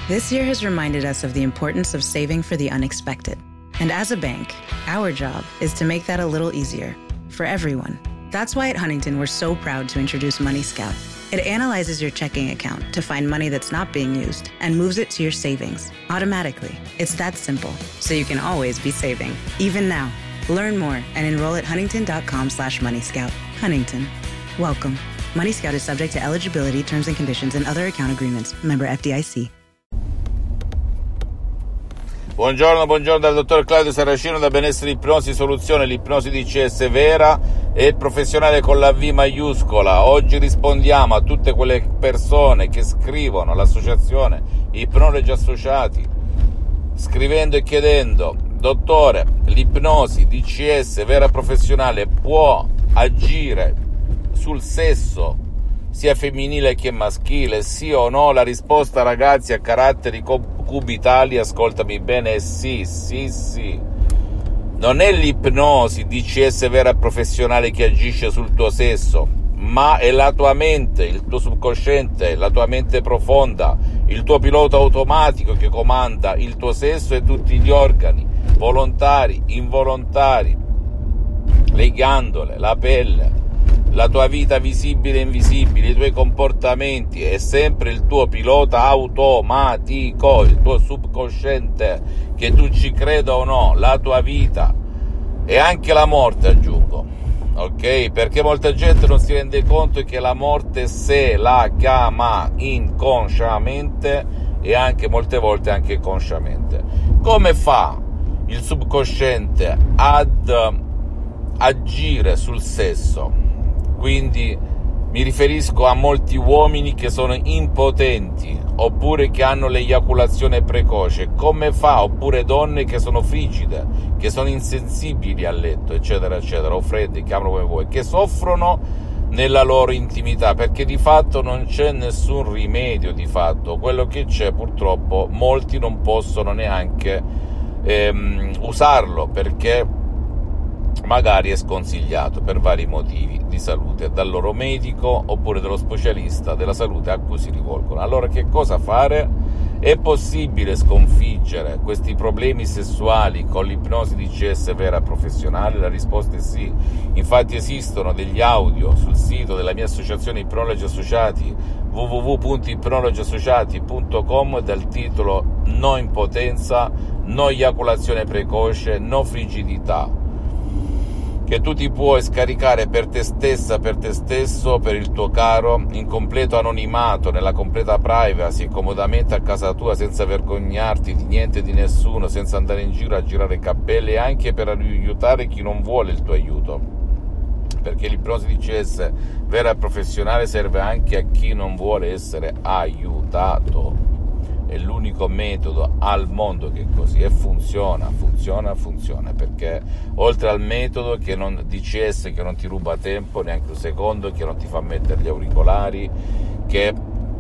This year has reminded us of the importance of saving for the unexpected. And as a bank, our job is to make that a little easier for everyone. That's why at Huntington, we're so proud to introduce Money Scout. It analyzes your checking account to find money that's not being used and moves it to your savings automatically. It's that simple, so you can always be saving, even now. Learn more and enroll at huntington.com/moneyscout. Huntington. Welcome. Money Scout is subject to eligibility, terms and conditions, and other account agreements. Member FDIC. Buongiorno dal dottor Claudio Saracino da Benessere Ipnosi Soluzione, l'ipnosi DCS vera e professionale con la V maiuscola. Oggi rispondiamo a tutte quelle persone che scrivono all'associazione Ipnologi Associati, scrivendo e chiedendo: dottore, l'ipnosi DCS vera e professionale può agire sul sesso sia femminile che maschile, sì o no? La risposta, ragazzi, a caratteri cubitali, ascoltami bene, è sì. Non è l'ipnosi DCS vera e professionale che agisce sul tuo sesso, ma è la tua mente, il tuo subconsciente, la tua mente profonda, il tuo pilota automatico che comanda il tuo sesso e tutti gli organi, volontari, involontari, le ghiandole, la pelle, la tua vita visibile e invisibile, i tuoi comportamenti. È sempre il tuo pilota automatico, il tuo subconsciente, che tu ci creda o no, la tua vita e anche la morte, aggiungo, ok? Perché molta gente non si rende conto che la morte se la chiama inconsciamente e anche molte volte anche consciamente. Come fa il subconsciente ad agire sul sesso? Quindi mi riferisco a molti uomini che sono impotenti oppure che hanno l'eiaculazione precoce. Come fa? Oppure donne che sono frigide, che sono insensibili a letto, eccetera eccetera, o fredde, chiamalo come vuoi, che soffrono nella loro intimità, perché di fatto non c'è nessun rimedio. Di fatto quello che c'è, purtroppo molti non possono neanche usarlo, perché magari è sconsigliato per vari motivi di salute dal loro medico oppure dallo specialista della salute a cui si rivolgono. Allora, che cosa fare? È possibile sconfiggere questi problemi sessuali con l'ipnosi DCS vera professionale? La risposta è sì. Infatti esistono degli audio sul sito della mia associazione Ipnologi Associati, www.ipnologiassociati.com, dal titolo No impotenza, no eiaculazione precoce, no frigidità, che tu ti puoi scaricare per te stessa, per te stesso, per il tuo caro, in completo anonimato, nella completa privacy, comodamente a casa tua, senza vergognarti di niente e di nessuno, senza andare in giro a girare i capelli, e anche per aiutare chi non vuole il tuo aiuto, perché l'ipnosi DCS vera e professionale serve anche a chi non vuole essere aiutato. È l'unico metodo al mondo che è così, e funziona, perché oltre al metodo che non DCS, che non ti ruba tempo neanche un secondo, che non ti fa mettere gli auricolari, che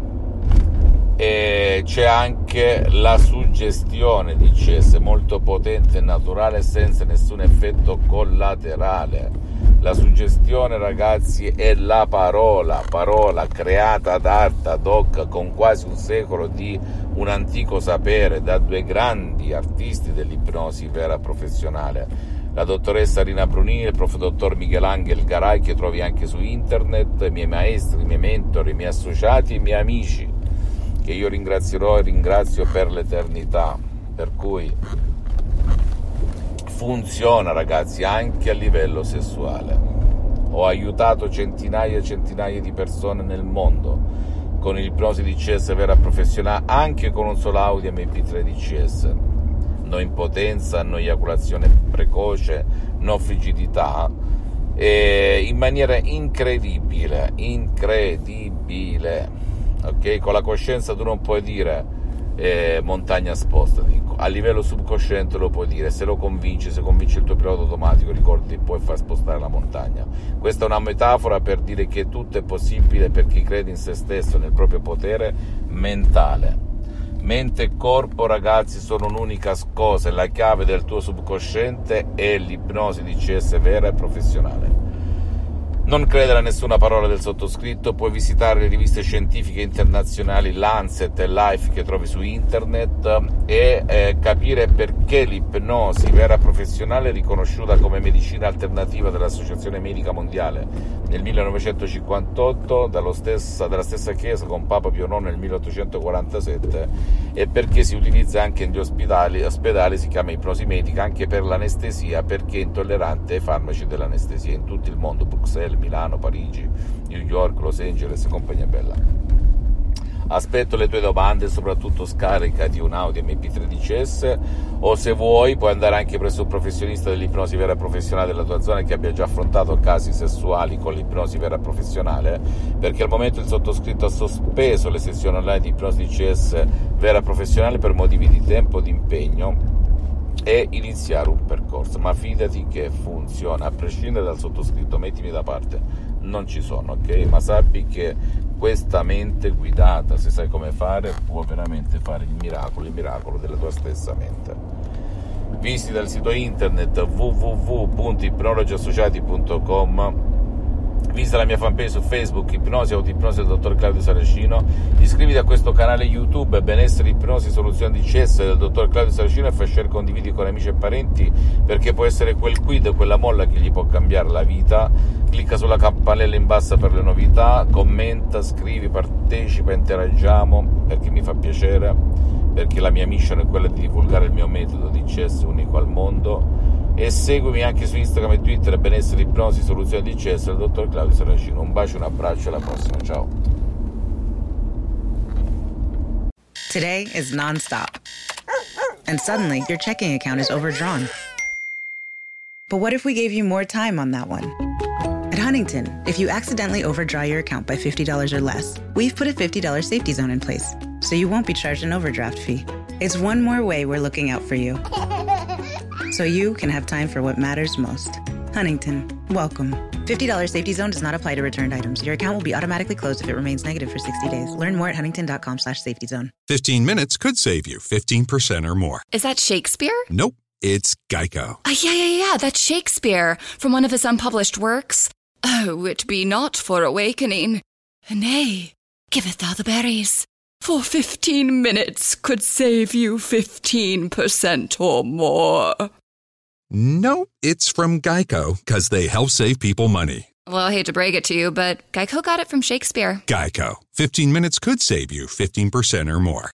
c'è anche la suggestione DCS molto potente e naturale, senza nessun effetto collaterale. La suggestione, ragazzi, è la parola creata ad hoc con quasi un secolo di un antico sapere da due grandi artisti dell'ipnosi vera professionale, la dottoressa Rina Brunini e il prof. dottor Michelangelo Garai, che trovi anche su internet, i miei maestri, i miei mentori, i miei associati e i miei amici, che io ringrazierò e ringrazio per l'eternità. Per cui funziona, ragazzi, anche a livello sessuale. Ho aiutato centinaia e centinaia di persone nel mondo con l'ipnosi DCS vera professionale, anche con un solo audio MP3 DCS. No impotenza, no eiaculazione precoce, no frigidità, e in maniera incredibile, ok? Con la coscienza tu non puoi dire montagna sposta, dico. A livello subconsciente lo puoi dire, se convinci il tuo pilota automatico, ricordati, puoi far spostare la montagna. Questa è una metafora per dire che tutto è possibile per chi crede in se stesso, nel proprio potere mentale. Mente e corpo, ragazzi, sono un'unica cosa, e la chiave del tuo subconsciente è l'ipnosi DCS vera e professionale. Non credere a nessuna parola del sottoscritto, puoi visitare le riviste scientifiche internazionali Lancet e Life che trovi su internet e capire perché l'ipnosi vera professionale è riconosciuta come medicina alternativa dall'Associazione Medica Mondiale nel 1958, dalla stessa Chiesa con Papa Pio IX nel 1847, e perché si utilizza anche negli ospedali, si chiama ipnosi medica anche per l'anestesia, perché è intollerante ai farmaci dell'anestesia in tutto il mondo, Bruxelles, Milano, Parigi, New York, Los Angeles e compagnia bella. Aspetto le tue domande e soprattutto scaricati un Audi MP3 DCS, o se vuoi puoi andare anche presso un professionista dell'ipnosi vera professionale della tua zona che abbia già affrontato casi sessuali con l'ipnosi vera professionale, perché al momento il sottoscritto ha sospeso le sessioni online di ipnosi DCS vera professionale per motivi di tempo, di impegno e iniziare un percorso, ma fidati che funziona, a prescindere dal sottoscritto, mettimi da parte, non ci sono, ok? Ma sappi che questa mente guidata, se sai come fare, può veramente fare il miracolo della tua stessa mente. Visita il sito internet www.ipnologiassociati.com, visita la mia fanpage su Facebook, Ipnosi Autoipnosi del dottor Claudio Saracino, iscriviti a questo canale YouTube Benessere Ipnosi Soluzioni DCS del dottor Claudio Saracino e fai share, condividi con amici e parenti, perché può essere quel quid, quella molla che gli può cambiare la vita. Clicca sulla campanella in basso per le novità, commenta, scrivi, partecipa, interagiamo, perché mi fa piacere, perché la mia mission è quella di divulgare il mio metodo DCS unico al mondo. E seguimi anche su Instagram e Twitter, Benessere Ipnosi Soluzioni DCS del dottor Claudio Saracino. Un bacio, un abbraccio, alla prossima, ciao. Today is non-stop. And suddenly your checking account is overdrawn. But what if we gave you more time on that one? At Huntington, if you accidentally overdraw your account by $50 or less, we've put a $50 safety zone in place, so you won't be charged an overdraft fee. It's one more way we're looking out for you, so you can have time for what matters most. Huntington, welcome. $50 safety zone does not apply to returned items. Your account will be automatically closed if it remains negative for 60 days. Learn more at huntington.com/safety zone. 15 minutes could save you 15% or more. Is that Shakespeare? Nope, it's Geico. Yeah, that's Shakespeare from one of his unpublished works. Oh, it be not for awakening. Nay, giveth thou the berries. For 15 minutes could save you 15% or more. Nope, it's from Geico, because they help save people money. Well, I hate to break it to you, but Geico got it from Shakespeare. Geico. 15 minutes could save you 15% or more.